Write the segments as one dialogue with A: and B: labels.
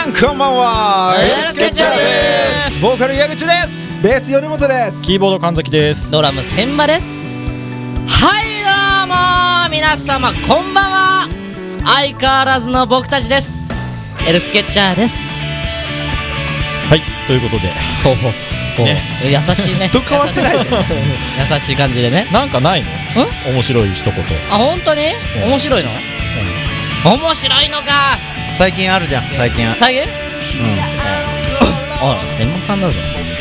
A: んこんばんは。
B: エルスケッチャーです。
A: ボーカル矢口です。
C: ベース米本です。
D: キーボード神崎です。
B: ドラム千葉です。はいどうも皆様こんばんは。相変わらずの僕たちです。エルスケッチャーです。
D: はいということで
B: ほうほうね、優しいね。
C: ずっと変わってないね。
B: 優しい感じでね。
D: なんかないの？面白い一言。
B: あ、本当に？面白いの？面白いのか。
A: 最近あるじゃん。最近。
B: あ、千葉さんだぞ。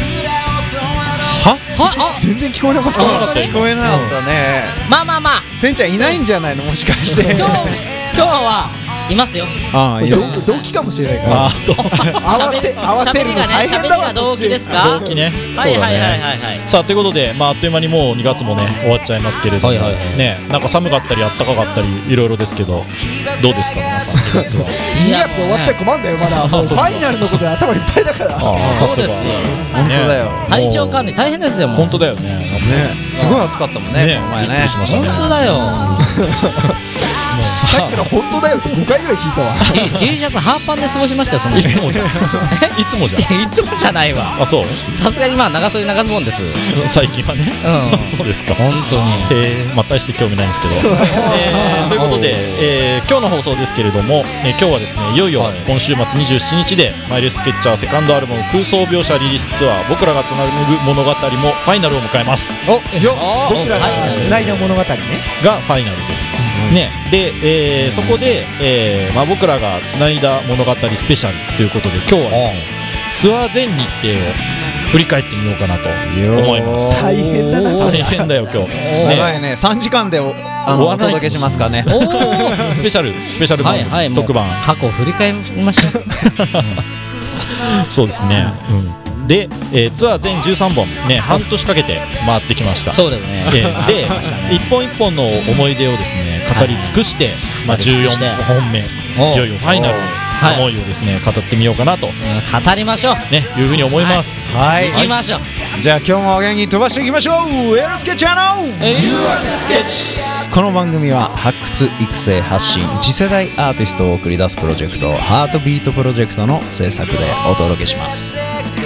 C: あ、全然聞こえなかった。
A: 聞こえなかったね。
B: まあ
A: せんちゃんいないんじゃないの、もしかして。
B: 今日はいますよ。
A: ああ、いる。
C: 同期かもしれないから。合わせるの大変だわ。
B: 喋りが同期ですか？
D: 同期ね。
B: はい。
D: さあということで、あっという間にもう2月もね終わっちゃいますけれども、ね、なんか寒かったり暖かかったりいろいろですけど、どうですか皆さん2月は。
C: 2月終わっちゃ困んだよまだ。もうファイナルのことで頭いっぱいだから。
B: そうですよ。
A: 本当だよ。
B: 体調管理大変ですよ。
D: 本当だよね。
A: すごい暑かったもんね。お前ね。
B: 本当だよ。
C: さっきの本当だよって5回ぐらい聞いたわ。
B: T シャツハーパンで過ごしましたよ。その
D: いつもじゃん。いつもじゃん。
B: いつもじゃないわ。
D: あ、そう。
B: さすがに長袖長ズボンです。
D: 最近はね。そうですか。
B: 本当に。
D: 大して興味ないんですけど。ということで、今日の放送ですけれども、今日はですね、いよいよ今週末27日でマイルスケッチャーセカンドアルバム空想描写リリースツアー僕らがつなぐ物語もファイナルを迎えます。
C: 僕らがつないだ物語ね。
D: がファイナルです。ね。で、そこで、僕らがつないだ物語スペシャルということで、今日はですね、ツアー全日程を振り返ってみようかなと思います。
C: 大変だな。
D: 大変だよ今日。
A: 長いね。3時間でお届けしますからね。
D: スペシャル版特番。
B: 過去を振り返りました。
D: そうですね。で、ツアー全13本ね、半年かけて回ってきました。
B: そうですね。
D: で、一本一本の思い出をですね語り尽くして、14本目いよいよファイナルの思いをですね語ってみようかなと
B: 語りましょう
D: ねいうふうに思います。
A: はい。
B: 行きましょう。
A: じゃあ今日もお元気に飛ばしていきましょう。エルスケッチャーの You are the Sketch。この番組は発掘育成発信次世代アーティストを送り出すプロジェクトハートビートプロジェクトの制作でお届けします。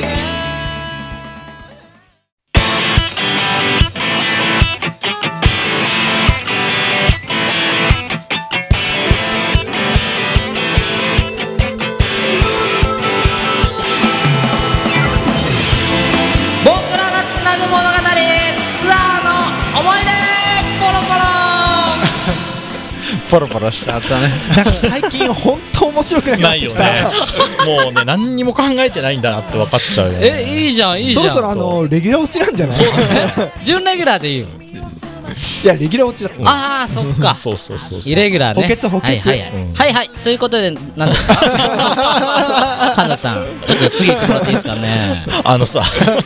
A: ポロポロしちゃったね。
C: なんか最近本当面白くなくなってきた。
D: ないよね。もうね何にも考えてないんだなって分かっちゃうよね。
B: いいじゃん。
C: そろそろレギュラー落ちなんじゃない？
B: そうだね。準レギュラーでいいよ。
C: いやレギュラー落ちだった。
B: ああそっか。
D: そう
B: イレギュラーね。
C: 補欠。
B: はいということで何ですか？神崎さんちょっと次行ってもらっていいですかね。
D: さ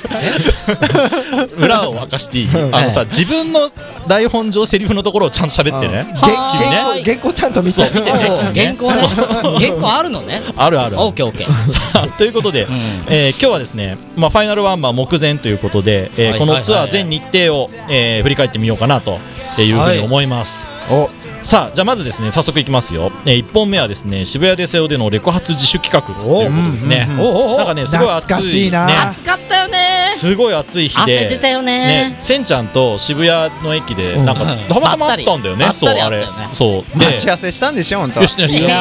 D: 裏を明かしていい？さ自分の台本上セリフのところをちゃんと喋ってね。
C: 君ね。原稿ちゃんと見てね。
B: 原稿ね。原稿あるのね。
D: ある。
B: オッケー。
D: さあということで、今日はですね、ファイナルワンマン目前ということで、このツアー全日程を振り返ってみようかなというふうに思います。さあじゃあまずですね早速いきますよ。1本目はですね渋谷でセオでのレコ発自主企画ということですね。なんかねすごい暑いね。
B: 暑かったよね。
D: すごい暑い日で
B: 汗出たよね。
D: せんちゃんと渋谷の駅でなんかたまたまあったんだよね。そうあれそう
A: 待ち合わせしたんでしょ本当。
D: よし俺全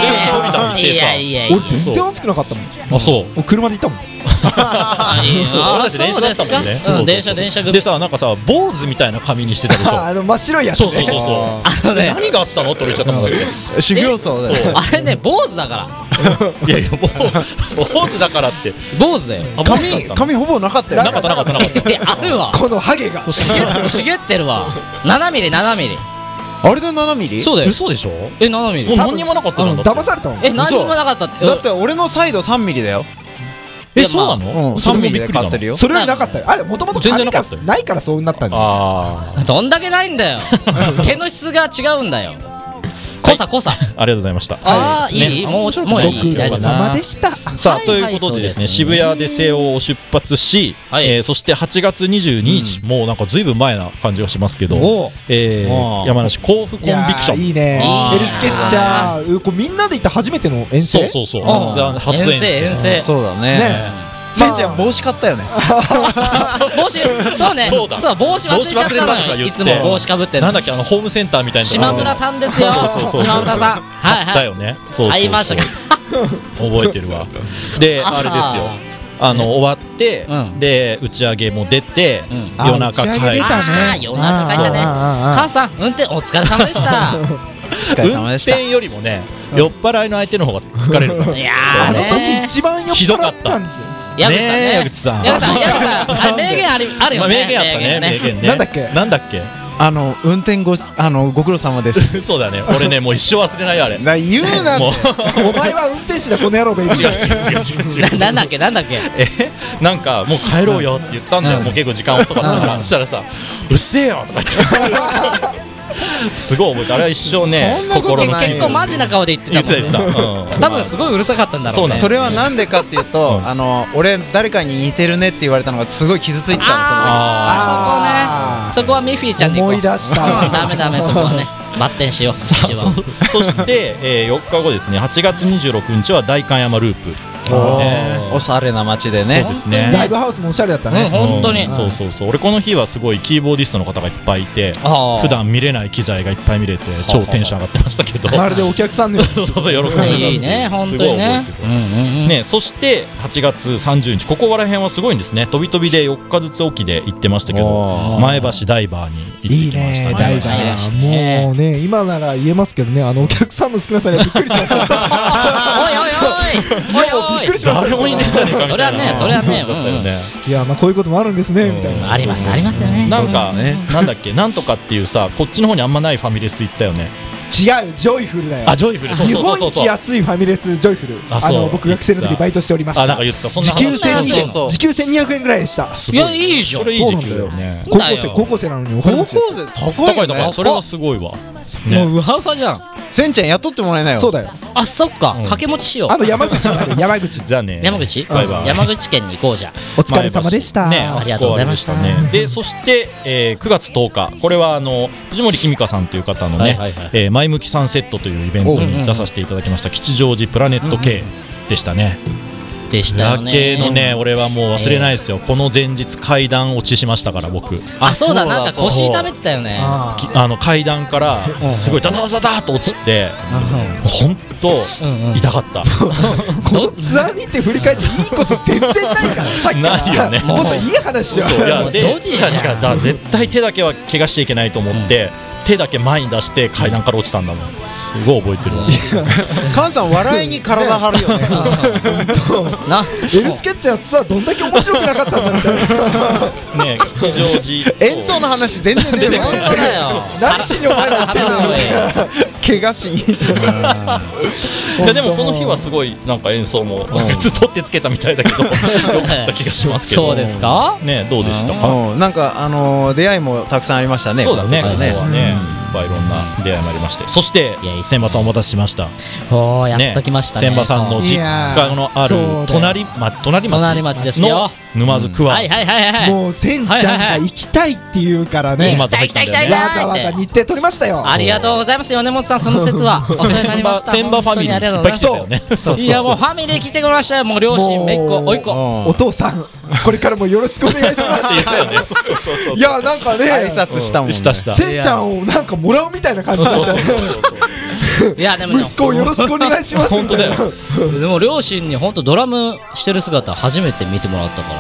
C: 然暑くなかったもん。
D: あそう
C: 車で行ったもん。
D: 俺たち電車だったもんね。
B: 電車
D: でさなんかさ坊主みたいな髪にしてたでしょ。
C: 真っ白いやつ。
D: そう何があったのって言っちゃったもんだって。
A: 修行僧だよ。
B: あれね坊主だから。
D: いや坊主だからって
B: 坊主だよ。
A: 髪ほぼなかったよ。
D: なかった
B: あるわ。
C: このハゲが
B: 茂ってるわ。7ミリ。
A: あれで7ミリ？
B: そうだよ。
D: 嘘でしょ
B: ？7ミリ。
D: 何にもなかったじゃん。
C: 騙されたの？
B: 何にもなかったって。
A: だって俺のサイド3ミリだよ。
D: そうなの
A: ？3ミリで買ってるよ。
C: それよりなかったよ。あれもともと髪がないからそうなったんだよ。
B: どんだけないんだよ。毛の質が違うんだよ。 濃さ
D: ありがとうございました。
B: ああいいもういい
C: ご苦労
B: 大丈夫
C: 様でした。
D: さあということでですね、渋谷で西欧を出発し、そして8月22日、もうなんかずいぶん前な感じがしますけど、山梨甲府コンビクション。
C: いいね。エルスケッチャー、これみんなで行った初めての遠征。
D: そう初遠征。
A: そうだね。せんちゃん帽子買ったよね。
B: 帽子そうね。そう帽子忘れちゃったのよ。いつも帽子かぶってる。
D: なんだっけホームセンターみたいな。
B: 島村さんですよ。島村さん。はいはい。
D: だよね。
B: 会いましたか。
D: 覚えてるわ。であれですよ。終わってで打ち上げも出て夜中帰ったね。
B: 夜中帰ったね。母さん運転お疲れ様でした。
D: 運転よりもね酔っ払いの相手の方が疲れるから。
B: いや
C: あの時一番酔っ払ったんですよ。
B: 矢口さんあれ名言あるよね。
D: 名言あったね。名言ね。なんだっけ
A: 運転ご苦労様です。
D: そうだね。俺ねもう一生忘れないよあれ。
A: 言うな。
C: お前は運転手だこの野郎ベイビー。
B: 違う。なんだっけ。
D: なんかもう帰ろうよって言ったんだよ。もう結構時間遅かったから。そしたらさうっせえよとか言って。すごい覚えて、あれは一生ね心の
B: 結構マジな顔で言ってたもんね。多分すごいうるさかったんだろうね。
A: それはなんでかっていうと俺誰かに似てるねって言われたのがすごい傷ついてたの。
B: そこはミッフィーちゃんに
C: 思い出した。
B: ダメそこはねバッテンしよう。
D: そして4日後ですね、8月26日は代官山ループ。
A: おしゃれな街でね。
C: ライブハウスもおしゃれだったね。
B: 本当に。
D: そう俺この日はすごいキーボーディストの方がいっぱいいて、普段見れない機材がいっぱい見れて超テンション上がってましたけど、
C: まるでお客さんのように。
D: 喜んでた。
B: いいね本当にね。
D: そして8月30日ここら辺はすごいんですね。飛び飛びで4日ずつ沖で行ってましたけど、前橋ダイバーに行ってきましたね。
C: ダイバーもうね今なら言えますけどね、お客さんの少なさにびっくりしました。
B: おいびっくりしました。
D: 誰もいねえじゃねえかみたいな。
B: それはね。
C: いやこういうこともあるんですねみたいな。
B: ありますよね。
D: なんかなんだっけなんとかっていうさ、こっちの方にあんまないファミレス行ったよね。
C: 違う、ジョイフルだよ。
D: ジョイフル。
C: 日本一安いファミレスジョイフル。僕学生の時バイトしておりました。
D: なんか言ってた。そんな
C: 時給1200円ぐらいでした。
B: いやいいじゃん。
D: それいい時給だよね。
C: 高校生なのにお金持ち。
D: 高い。それはすごいわ。
B: もうウハウハじゃん。
A: せんちゃん雇ってもらえないよ。
C: そうだよ。
B: あ、そっか。掛け持ちしよう。
C: 山口
D: じゃあね。
B: 山口県に行こうじゃん。
C: お疲れ様でした。
B: ありがとうございました。
D: でそして9月10日これは藤森きみかさんという方のね前向きサンセットというイベントに出させていただきました。吉祥寺プラネット系でしたね。
B: でしたよね。
D: 夜景のね俺はもう忘れないですよ。この前日階段落ちしましたから僕。
B: そうだ、なんか腰痛めてたよね。
D: 階段からすごいダダダダーっと落ちて本当痛かった。
C: ツアーに行って振り返っていいこと全然ないから
D: ないよね。
C: もっといい話しよう。
D: 絶対手だけは怪我しちゃいけないと思って手だけ前に出して階段から落ちたんだもん。すごい覚えてるわ。
A: 菅さん笑いに体張るよね。
C: エルスケッチャーツアーどんだけ面白くなかったんだみたいな。
D: ね、吉祥寺
A: 演奏の話全然出てこない。
C: 何しにお前ら言ってんのよ。
A: 怪我しに。
D: いやでもこの日はすごいなんか演奏もずっとってつけたみたいだけどよかった気がしますけど。
B: そうですか。
D: ね、どうでしたか。
A: なんか出会いもたくさんありましたね。
D: そうだね。ここはね。いろんな出会いもありまして、そして千葉さんお待たせしました。
B: やっと来ましたね。
D: 千葉さんの実家のある隣町
B: ですよ。
D: 沼津クワ。
C: もうせんちゃんが行きたいって言うからね。
B: 行きたい。
C: わざわざ日程取りましたよ。
B: ありがとうございます米本さん、その説はお世話になりました。
D: 千葉ファミリーいっぱい来てたよね。
B: いやもうファミリー来てくれましたよ。もう両親めっ子おいっ子
C: お父さんこれからもよろしくお願いしますって言ったよね。いやなんかね
A: 挨拶したもんね。
C: せんちゃんをなんかもらうみたいな感じだった。
B: いやでも
C: 息子をよろしくお願いします。
B: 本当だよ。でも両親に本当ドラムしてる姿初めて見てもらったから、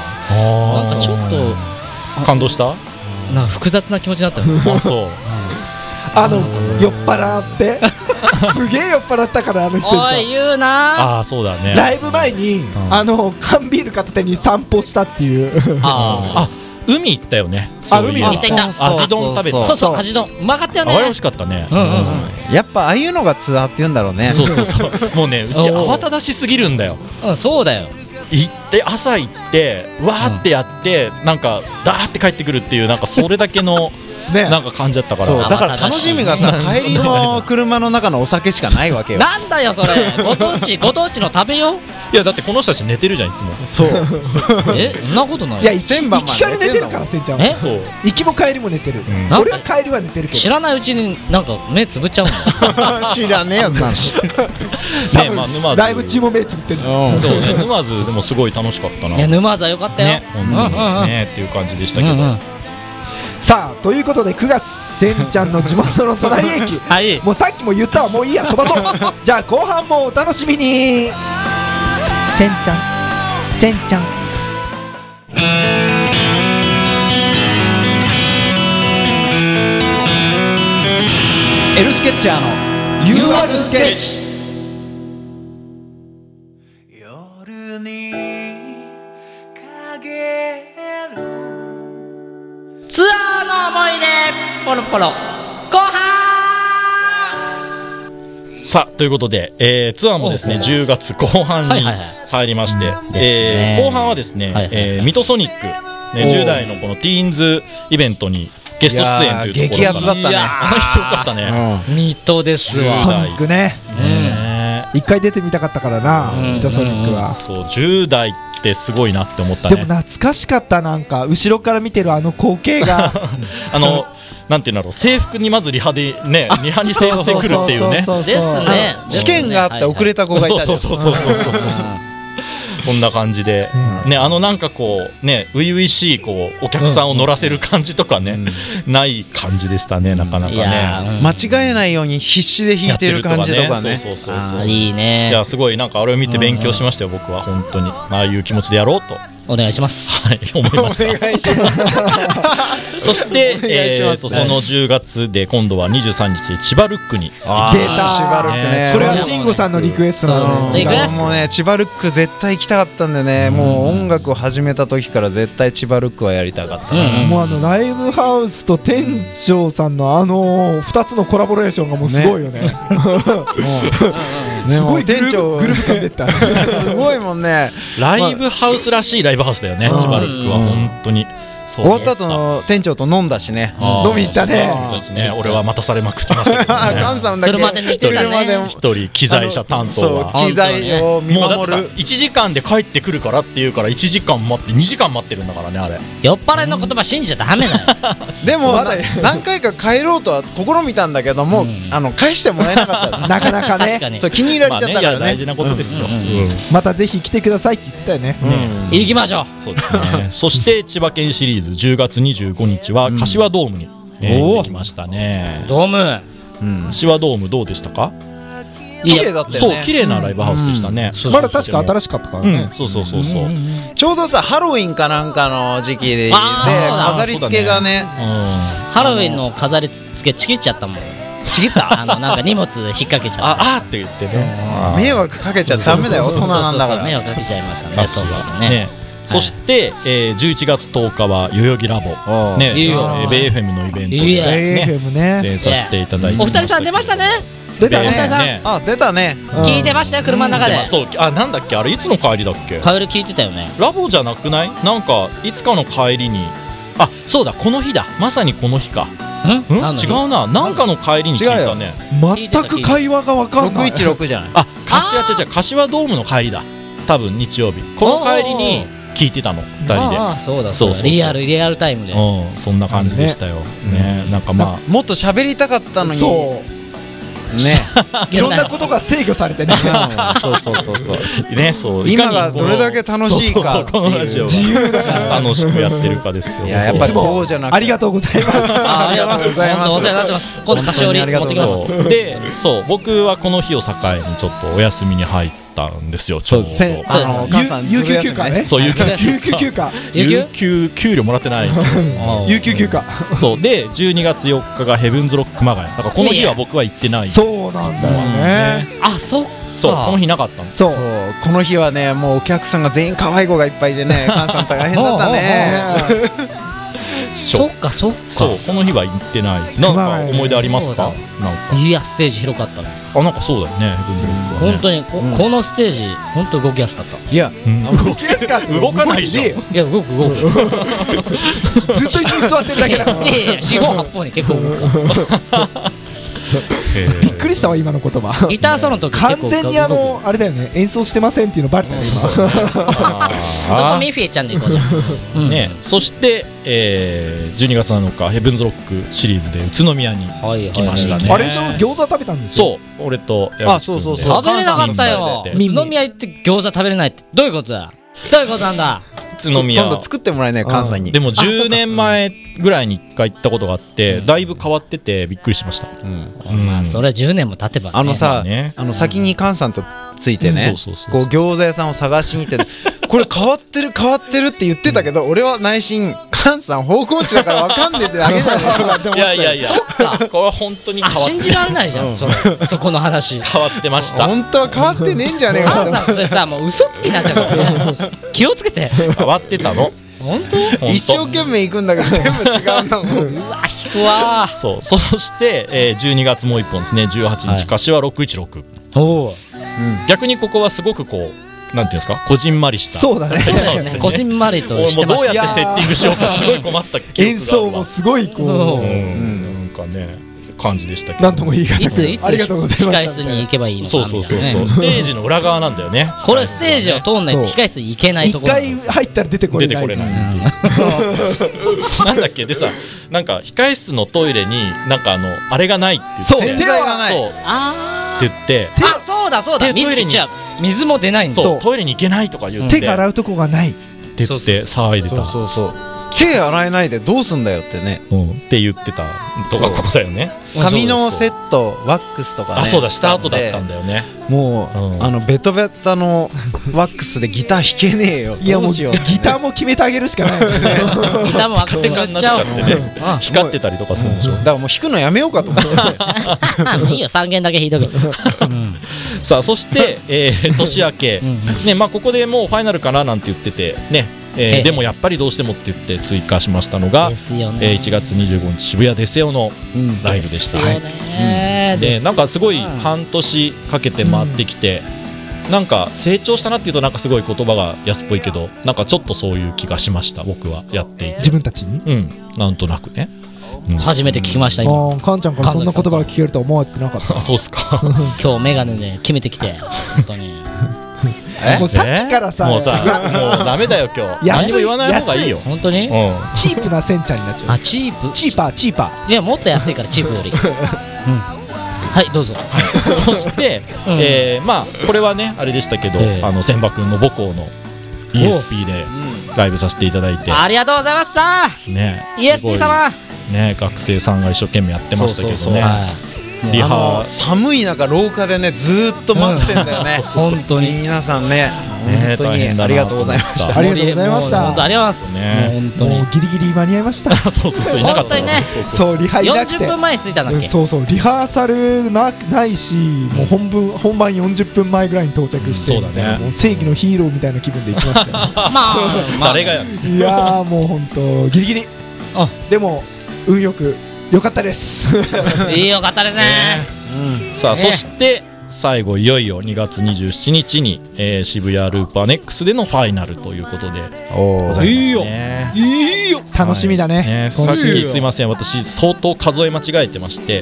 B: なんかちょっと
D: 感動した。
B: なんか複雑な気持ちになったよ。
D: そう。
C: 酔っ払ってすげえ酔っ払ったから人
B: おい言うな。
D: そうだね。
C: ライブ前に缶ビール片手に散歩したっていう。
D: 海行ったよね。
B: 海行った
D: 味丼食べた。
B: そう味丼うまかったよね。
D: あれ美味しかったね。
A: やっぱああいうのがツアーって言うんだろうね。
D: そうもうねうち慌ただしすぎるんだよ。
B: そうだよ。
D: 行って朝行ってわーってやってなんかダーって帰ってくるっていうなんかそれだけのなんか感じだったから。
A: そうだから楽しみがさ、帰りの車の中のお酒しかないわけよ。
B: なんだよそれ、ご当地の食べよう。
D: いやだってこの人たち寝てるじゃんいつも。
A: そう
B: そんなことない。
C: いや行きから寝てるからせんちゃんは。
D: そう
C: 行きも帰りも寝てる。俺は帰りは寝てるけど
B: 知らないうちになんか目つぶっちゃうんだ。
A: 知らねえよな。
D: ね、まあ沼津
C: ライブ中も目つぶってる。
D: そうね、沼津でもすごい楽しかったな。
B: いや沼津は良かったよ。
D: ね、本当にねっていう感じでしたけど。
C: さあということで9月せんちゃんの地元の隣駅もうさっきも言ったわ、もういいや飛ばそうじゃあ後半もお楽しみに。せんちゃんせんちゃん
A: エルスケッチャーの誘惑スケッチ。夜に影る
B: ツアーの思い出ポロポロ後半。
D: さあということで、ツアーもですね10月後半に入りまして、後半はですね、ミトソニック、10代のこのティーンズイベントにゲスト出演というところから。
A: 激アツだったね。
D: あの人よかったね。
B: ミトですわ。
C: ソニックね、一回出てみたかったからな、ミトソニックは。
D: そう10代ってすごいなって思ったね。
C: でも懐かしかった、なんか後ろから見てるあの光景が
D: なんていうんだろう、制服にまずリハでね、リハに制服で来るっていうね。
B: ですね。
A: 試験があって遅れた子がいたじゃん。
D: そうこんな感じでね、なんかこうね初々しいこうお客さんを乗らせる感じとかね、ない感じでしたね、なかなかね。
A: 間違えないように必死で弾いてる感じとかね。
D: そう
B: いいね。
D: いやすごいなんかあれを見て勉強しましたよ、僕は本当にああいう気持ちでやろうと
B: お願いします。
D: はい思いました。
A: お願いします
D: そしてその10月で今度は23日千葉ルックに。
C: 出た千葉ルックね。これは慎吾さんのリクエストなので、
A: もうね千葉ルック絶対行きたかったんでね、もう音楽を始めた時から絶対千葉ルックはやりたかった。
C: もうライブハウスと店長さんの2つのコラボレーションがもうすごいよね。すごい店長グループ感出た。
A: すごいもんね。
D: ライブハウスらしいライブハウスだよね、千葉ルックは本当に。
A: 終わった後の店長と飲んだしね。
C: 飲み行ったね。
D: 俺は待たされまくってましたけどね。
A: ガンさんだけ
B: 車で寝てたね。
D: 一人機材車担当は
A: 機材を見守る。
D: もうだってさ1時間で帰ってくるからって言うから1時間待って2時間待ってるんだからね、あれ。
B: 酔っ払いの言葉信じちゃダメだよ。
A: でも何回か帰ろうとは試みたんだけども、返してもらえなかった。
C: なかなかね。
A: そう気に入られちゃったからね。
D: 大事なことですよ。
C: またぜひ来てくださいって言ってたよね。
B: 行きましょう。
D: そうですね。そして千葉県シリーズ10月25日は柏ドームに行ってきましたね。
B: ドーム、
D: 柏ドームどうでしたか？
A: 綺麗だったよね。
D: そう綺麗なライブハウスでしたね。
C: まだ確か新しかったからね。
D: そうち
A: ょうどさハロウィンかなんかの時期で飾り付けがね、
B: ハロウィンの飾り付けちぎっちゃったもん。
A: ちぎった？
B: なんか荷物引っ掛けちゃった。
D: あーって言ってね。
A: 迷惑かけちゃダメだよ、大人なんだから。
B: 迷惑かけちゃいましたね。そうだね。
D: そして11月10日は代々木ラボね、ベイ FM のイベントで出演させていただいて、
B: お二人さん出ましたね。
C: 出た
B: ね。
A: あ出たね。
B: 聞いてましたよ車の中で。
D: そうなんだっけあれいつの帰りだっけ？
B: 帰り聞いてたよね。
D: ラボじゃなくない？なんかいつかの帰りに、あそうだこの日だ、まさにこの日か。違うな、なんかの帰りに聞いたね。
C: 全く会話が分かんない。
A: 616じゃない？
D: あ柏ドームの帰りだ、多分日曜日この帰りに聞いてたの2人で。
B: ああそうだそうだ、リアルタイムで。
D: そんな感じでしたよね。なんかまあ
A: もっと喋りたかったのに
C: ね、いろんなことが制御されてね。
D: そうね、そう
A: 今がどれだけ楽しいか、
D: このラジオ
C: 自由だから
D: 楽しくやってるかですよ。
A: やっぱりこうじゃなくて、
C: ありがとうございます。
B: ありがとうございます。お世話になってます。今度菓子折り持ってきます。
D: で、そう僕はこの日を境にちょっとお休みに入ったんですよ。ちょうど
C: 有給休暇ね。
D: そう有給
C: 休暇。
D: 有給給料もらってない。
C: 有給休暇。
D: そうで12月4日がヘブンズロック熊谷。だからこの日は僕は行ってない。
C: そうなんだよね。
B: あそう
D: この日なかったんです。
A: そうこの日はねもうお客さんが全員可愛い子がいっぱいでね、菅さん大変だったね。
B: そっかそっか。
D: そう、この日は行ってない。なんか思い出ありますか？なんか
B: いや、ステージ広かったね。
D: なんかそうだよね。
B: 本当にこのステージ本当動きやすかった。
A: いや、
C: 動きやすかった。
D: 動かないでしょ。
B: いや、動く
C: ずっと一緒に座ってるだけだから。
B: いや四方八方に結構動くから。
C: びっくりしたわ今の言葉。
B: ギターソロの時
C: 完全にあれだよね、演奏してませんっていうのバレたよ今。そこ
B: ミッフィーちゃんでいこうじゃん。
D: ね、そして12月7日ヘブンズロックシリーズで宇都宮に来ましたね。
C: あれと餃子食べたんですよ。
D: そう、俺と
A: そう食
B: べれなかったよ。宇都宮行って餃子食べれないってどういうことだ。どういうことなんだ。
D: 宇都宮
A: 今度作ってもらえない関西に。
D: でも10年前ぐらいに1回行ったことがあってだいぶ変わっててびっくりしました。
B: まあそれは10年も経てばね。
A: 先に菅さんとついてね、こう餃子屋さんを探しに行ってこれ変わってるって言ってたけど、俺は内心菅さん方向地だから分かんねえってだけじゃねえかって思って。
D: いやそっか、これは本当に変わって
B: 信じられないじゃんそこの話。
D: 変わってました。
A: 本当は変わってねえんじゃねえか。
B: 菅さんそれさもう嘘つきになっちゃうからね。気をつけて。
D: 変わってたの。
B: 本当？
A: 一生懸命行くんだけど全部違うんだもん。
B: うわ引くわ。
D: そして12月もう一本ですね。18日柏616。逆にここはすごくこうなんていうんですか、こじんまりした。
C: そうだね。
B: こじんまりとしてました。
D: どうやってセッティングしようかすごい困った記憶があるわ。
C: 演奏もすごいこう
D: なんかね感じでしたけど。
C: なんとも言い難い。
B: いつ控え室に行けばいいのか。
D: そうステージの裏側なんだよね。
B: これステージを通んないと控え室に行けないところ。
C: 一回入ったら出てこれない。
D: なんだっけでさ、なんか控え室のトイレになんかあれがないって言って。
A: 洗剤がない。
D: そうって言って。
B: あ、そうだ水も出ないんだ。
D: そう、トイレに行けないとか言って。
C: 手が洗うとこがない
D: って言って騒いでた。
A: そう手洗えないでどうすんだよってね、
D: って言ってたとかここだよね。
A: 髪のセットワックスとかね。
D: あ、そうだ、した後だったんだよね。
A: もうベトベタのワックスでギター弾けねえよ。
C: いやもうギターも決めてあげるしかない。
B: ギターもワックスで買っちゃう。
D: 光ってたりとかするんでしょ。
A: だからもう弾くのやめようかと思って。
B: いいよ3弦だけ弾いとけ。
D: さあそして年明けね、まあここでもうファイナルかななんて言っててね。でもやっぱりどうしてもって言って追加しましたのが1月25日渋谷デセオのライブでした。でなんかすごい半年かけて回ってきて、なんか成長したなっていうとなんかすごい言葉が安っぽいけど、なんかちょっとそういう気がしました。僕はやっていて
C: 自分たちに
D: なんとなくね。
B: 初めて聞きました今。
C: カンちゃんからそんな言葉が聞けるとは思ってなかった。
D: そうっすか。
B: 今日メガネで決めてきて本当に。
C: もうさっきからさ、
D: もうダメだよ今日。何も言わない方がいいよ。
B: 本当に
C: チープなセンちゃんになっちゃう。
B: あ、チー
C: パー。
B: いやもっと安いからチープより。はいどうぞ。
D: そしてまあこれはねあれでしたけど、千葉君の母校の ESP でライブさせていただいて、
B: ありがとうございましたね。 ESP 様ね、
D: 学生さんが一生懸命やってましたけどね。リハ
A: 寒い中廊下でねずっと待ってんだよね。
B: 本当に
A: 皆さんね本当にありがとうございました。
C: ありがとうございました。
B: 本当ありがとうございます。
C: 本当にギリギリ間に合いました。
D: そういなかったね。
C: そうリハいなくて
B: 40分前に着いたんだっけ。
C: そうリハーサルないし、もう本番40分前ぐらいに到着して、
D: そうだね、
C: もう正義のヒーローみたいな気分で行きましたよ。
B: まあ
D: 誰が
C: いやもう本当ギリギリ。でも運よく良かったです。
B: よかったですね。
D: さあそして最後いよいよ2月27日に渋谷ループアネックスでのファイナルということでございますね。
C: いいよ楽しみだね。
D: さっきすいません私相当数え間違えてまして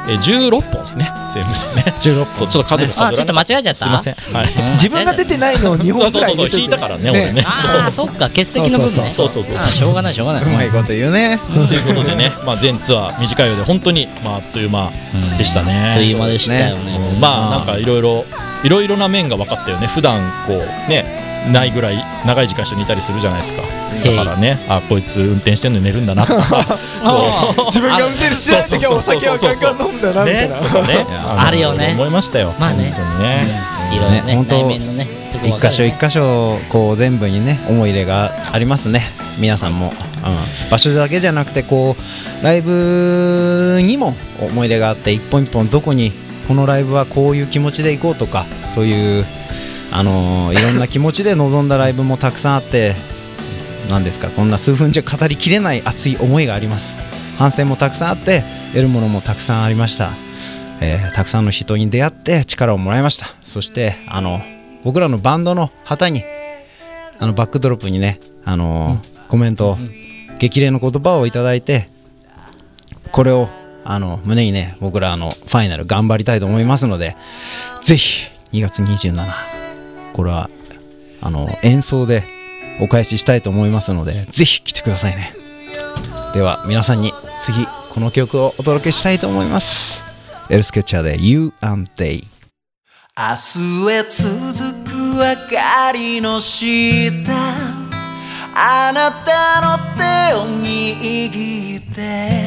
D: 16本ですね全部でね。16本。そうちょっと数が
B: ちょっと間違えちゃった。
D: すいません。
C: 自分が出てないのを2本ぐらい
D: そう引いたからね俺ね。
B: ああそっか欠席の部分ね。
D: そう
B: しょうがないう
A: まいこと言うね。
D: ということでね、まあ全ツアー短いようで本当にあっという間でしたね。
B: あっという間でしたよね。
D: まあなんかいろいろな面が分かったよね。普段こうねないぐらい長い時間一緒にいたりするじゃないですか。だからね、あこいつ運転してんのに寝るんだなとかさ、
C: 自分が運転してない時はお酒はガンガン飲んだなみたいな
D: ね
B: あるよね。
D: 思いましたよ。
B: まあね、
D: 本当にね、
B: いろいろね内面のね
A: 一箇所一箇所こう全部にね思い入れがありますね。皆さんも場所だけじゃなくてこうライブにも思い入れがあって、一本一本どこにこのライブはこういう気持ちで行こうとか、そういういろんな気持ちで臨んだライブもたくさんあって、 何ですか、こんな数分じゃ語りきれない熱い思いがあります。反省もたくさんあって得るものもたくさんありました。たくさんの人に出会って力をもらいました。そして僕らのバンドの旗にバックドロップにね、コメント、激励の言葉をいただいて、これを胸にね、僕らファイナル頑張りたいと思いますので、ぜひ2月27、これは演奏でお返ししたいと思いますので、ぜひ来てくださいね。では皆さんに次この曲をお届けしたいと思います。エルスケッチャーで You and They。
E: 明日へ続く明かりの下、あなたの手を握って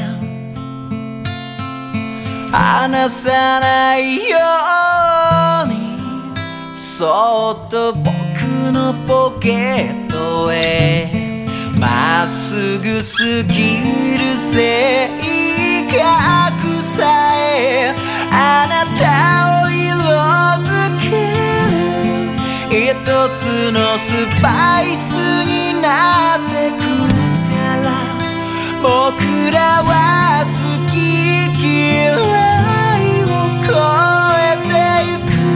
E: 離さないように、そっと僕のポケットへまっすぐすぎる性格さえあなたを色づける一つのスパイスになってくから僕らは好き嫌いを超えてゆく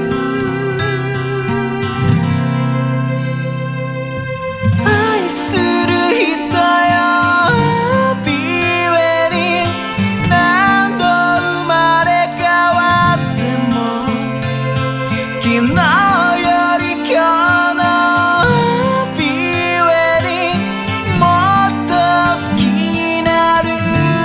E: 愛する人よビーウェディング何度生まれ変わっても昨日より今日のビーウェディングもっと好きになる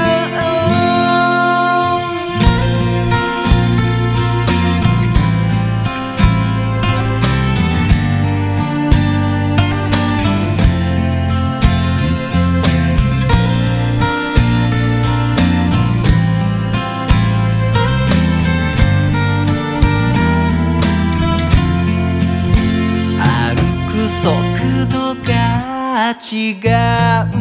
E: 歩く速度が違う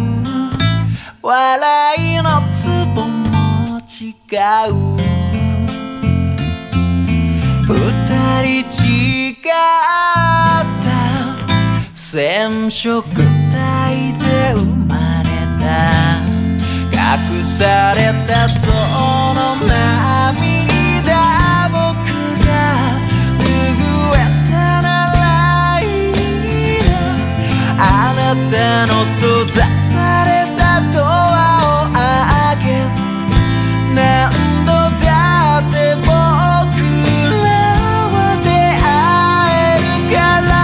E: 笑いのツボも違う二人違った染色体で生まれた隠されたその涙僕が拭えたならいいなあなたの閉ざされたドアを開け何度だって僕らは出会えるから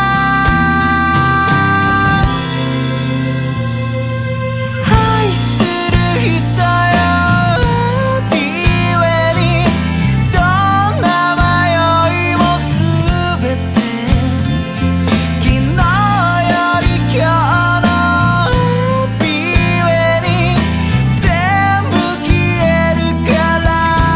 E: 愛する人よビーウェディングどんな迷いもすべて昨日より今日のビーウェディング全部消えるから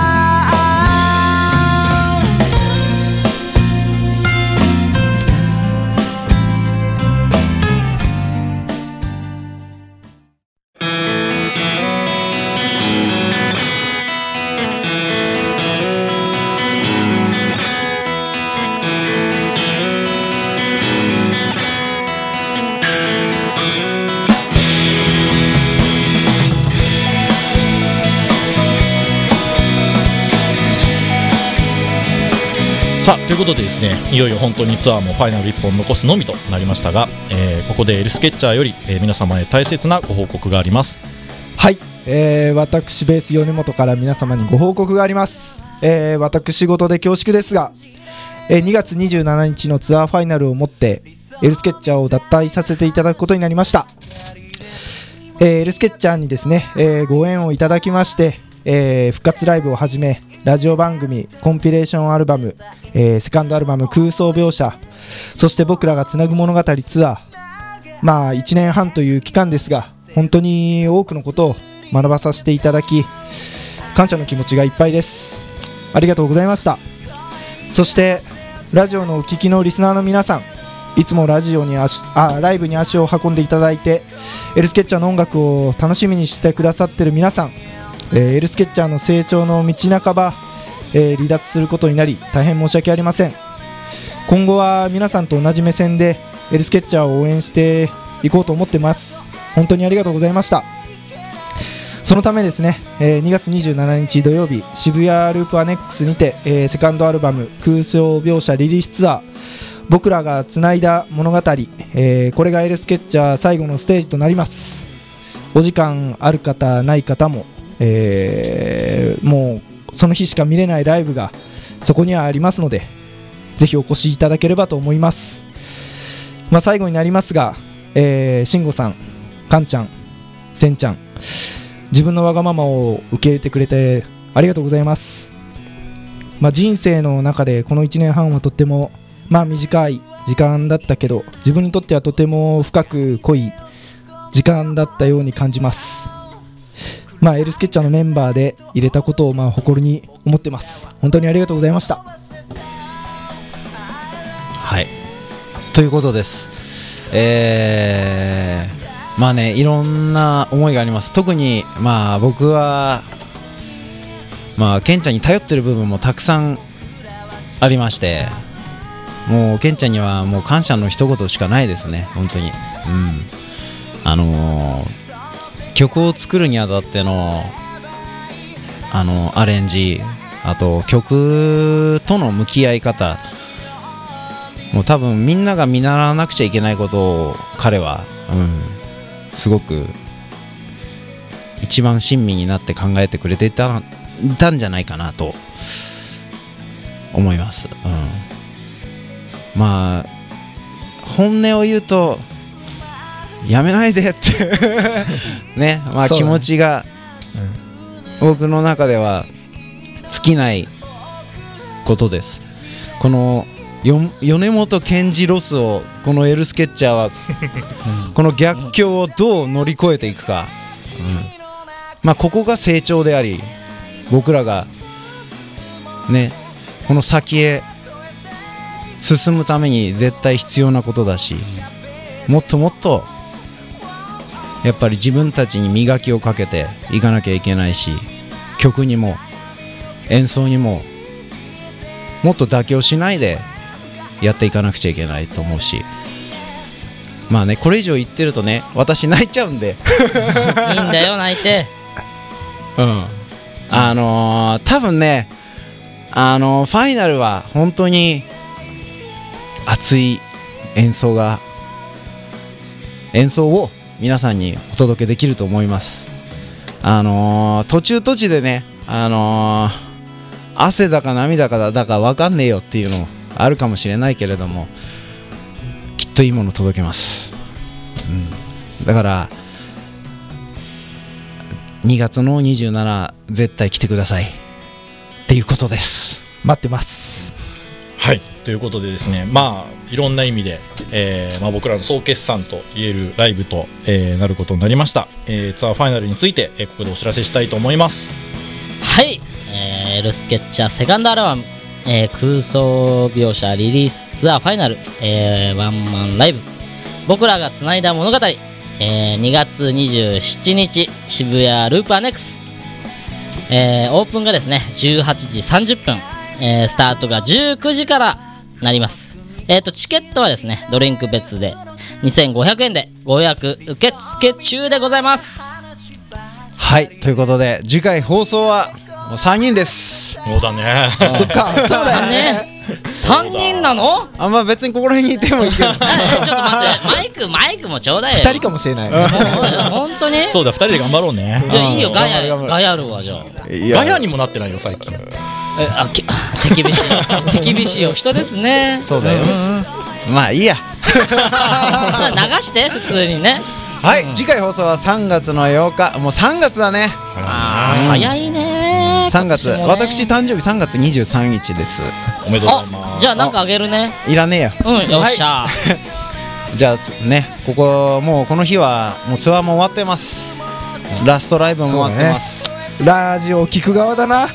D: さあということでですね、いよいよ本当にツアーもファイナル1本残すのみとなりましたが、ここでエルスケッチャーより、皆様へ大切なご報告があります。
C: はい、私ベース米本から皆様にご報告があります。私事で恐縮ですが、2月27日のツアーファイナルをもってエルスケッチャーを脱退させていただくことになりました。エルスケッチャーにですね、ご縁をいただきまして、復活ライブをはじめラジオ番組、コンピレーションアルバム、セカンドアルバム空想描写、そして僕らがつなぐ物語ツアー、まあ1年半という期間ですが、本当に多くのことを学ばさせていただき感謝の気持ちがいっぱいです。ありがとうございました。そしてラジオのお聞きのリスナーの皆さん、いつもライブに足を運んでいただいてエルスケッチャーの音楽を楽しみにしてくださっている皆さん、エルスケッチャーの成長の道半ば、離脱することになり大変申し訳ありません。今後は皆さんと同じ目線でエルスケッチャーを応援していこうと思ってます。本当にありがとうございました。そのためですね、2月27日土曜日、渋谷ループアネックスにて、セカンドアルバム空想描写リリースツアー、僕らがつないだ物語、これがエルスケッチャー最後のステージとなります。お時間ある方ない方も、もうその日しか見れないライブがそこにはありますので、ぜひお越しいただければと思います。最後になりますが、慎吾さん、かんちゃん、せんちゃん、自分のわがままを受け入れてくれてありがとうございます。人生の中でこの1年半はとっても短い時間だったけど、自分にとってはとても深く濃い時間だったように感じます。エルスケッチャーのメンバーで入れたことを誇りに思ってます。本当にありがとうございました。
A: はい、ということです。いろんな思いがあります。特に僕はケンちゃんに頼ってる部分もたくさんありまして、もうケンちゃんにはもう感謝の一言しかないですね、本当に。曲を作るにあたってのアレンジ、あと曲との向き合い方、もう多分みんなが見習わなくちゃいけないことを彼は、すごく一番親身になって考えてくれていたんじゃないかなと思います。本音を言うとやめないでってね、気持ちが、僕の中では尽きないことです。この米本健二ロスをこのエルスケッチャーはこの逆境をどう乗り越えていくか、ここが成長であり、僕らがねこの先へ進むために絶対必要なことだし、もっともっとやっぱり自分たちに磨きをかけていかなきゃいけないし、曲にも演奏にももっと妥協しないでやっていかなくちゃいけないと思うし、これ以上言ってるとね、私泣いちゃうんで
B: いいんだよ泣いて。
A: 多分ね、ファイナルは本当に熱い演奏を皆さんにお届けできると思います。途中でね、汗だか涙だか分かんねえよっていうのあるかもしれないけれども、きっといいもの届けます。だから2月の27絶対来てくださいっていうことです。
C: 待ってます。
D: はい、ということでですね、いろんな意味で、僕らの総決算と言えるライブと、なることになりました。ツアーファイナルについて、ここでお知らせしたいと思います。
B: はい、エルスケッチャーセカンドアルバム、空想描写リリースツアーファイナル、ワンマンライブ僕らがつないだ物語、2月27日渋谷ループアネックス、オープンがですね18時30分、スタートが19時からなります。チケットはですねドリンク別で2500円でご予約受付中でございます。
A: はい、ということで次回放送はもう3人です。
D: そうだね
C: そっか、そうだよ
B: ね。3人なの？
A: 別にここら辺にいてもいいけどちょっと
B: 待って、マイクもちょうだいよ。
C: 2人かもしれない。
B: 本当に？
D: そうだ、2人で頑張ろうね。
B: いいよ、ガヤるわ。じゃあ
D: ガヤにもなってないよ最近。
B: 手厳しいお人ですね。
A: そうだよ、いいや
B: 流して普通にね。
A: はい、次回放送は3月の8日。もう3月だね。
B: 早いね。
A: 3月、私誕生日3月23日です。
D: おめでとうございます。
B: じゃあなんかあげるね。
A: いらねえよ。
B: よっしゃ。
A: じゃあね、もうこの日はもうツアーも終わってます。ラストライブも終わってます。
C: ラジオ聞く側だな。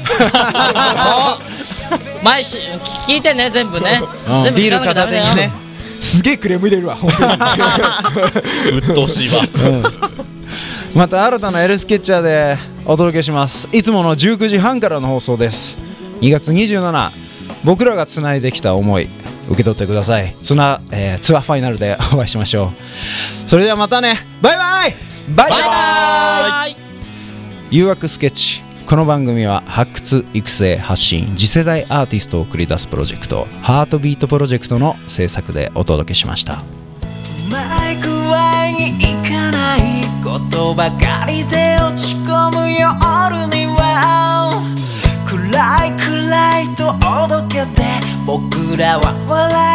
B: 毎週聞いてね、全部ね。全部
A: ビール片手にね。
C: すげえクレーム入れるわ本当に。
D: 鬱陶しいわ。
A: また新たなエルスケッチャーでお届けします。いつもの19時半からの放送です。2月27、僕らがつないできた思い、 受け取ってください。ツアーファイナルでお会いしましょう。それではまたね。バイバイバイバイ。誘惑スケッチ。この番組は発掘育成発信次世代アーティストを送り出すプロジェクトハートビートプロジェクトの制作でお届けしました。
E: うまい具合にいかないことばかりで落ち込む夜には暗い暗いとおどけて僕らは笑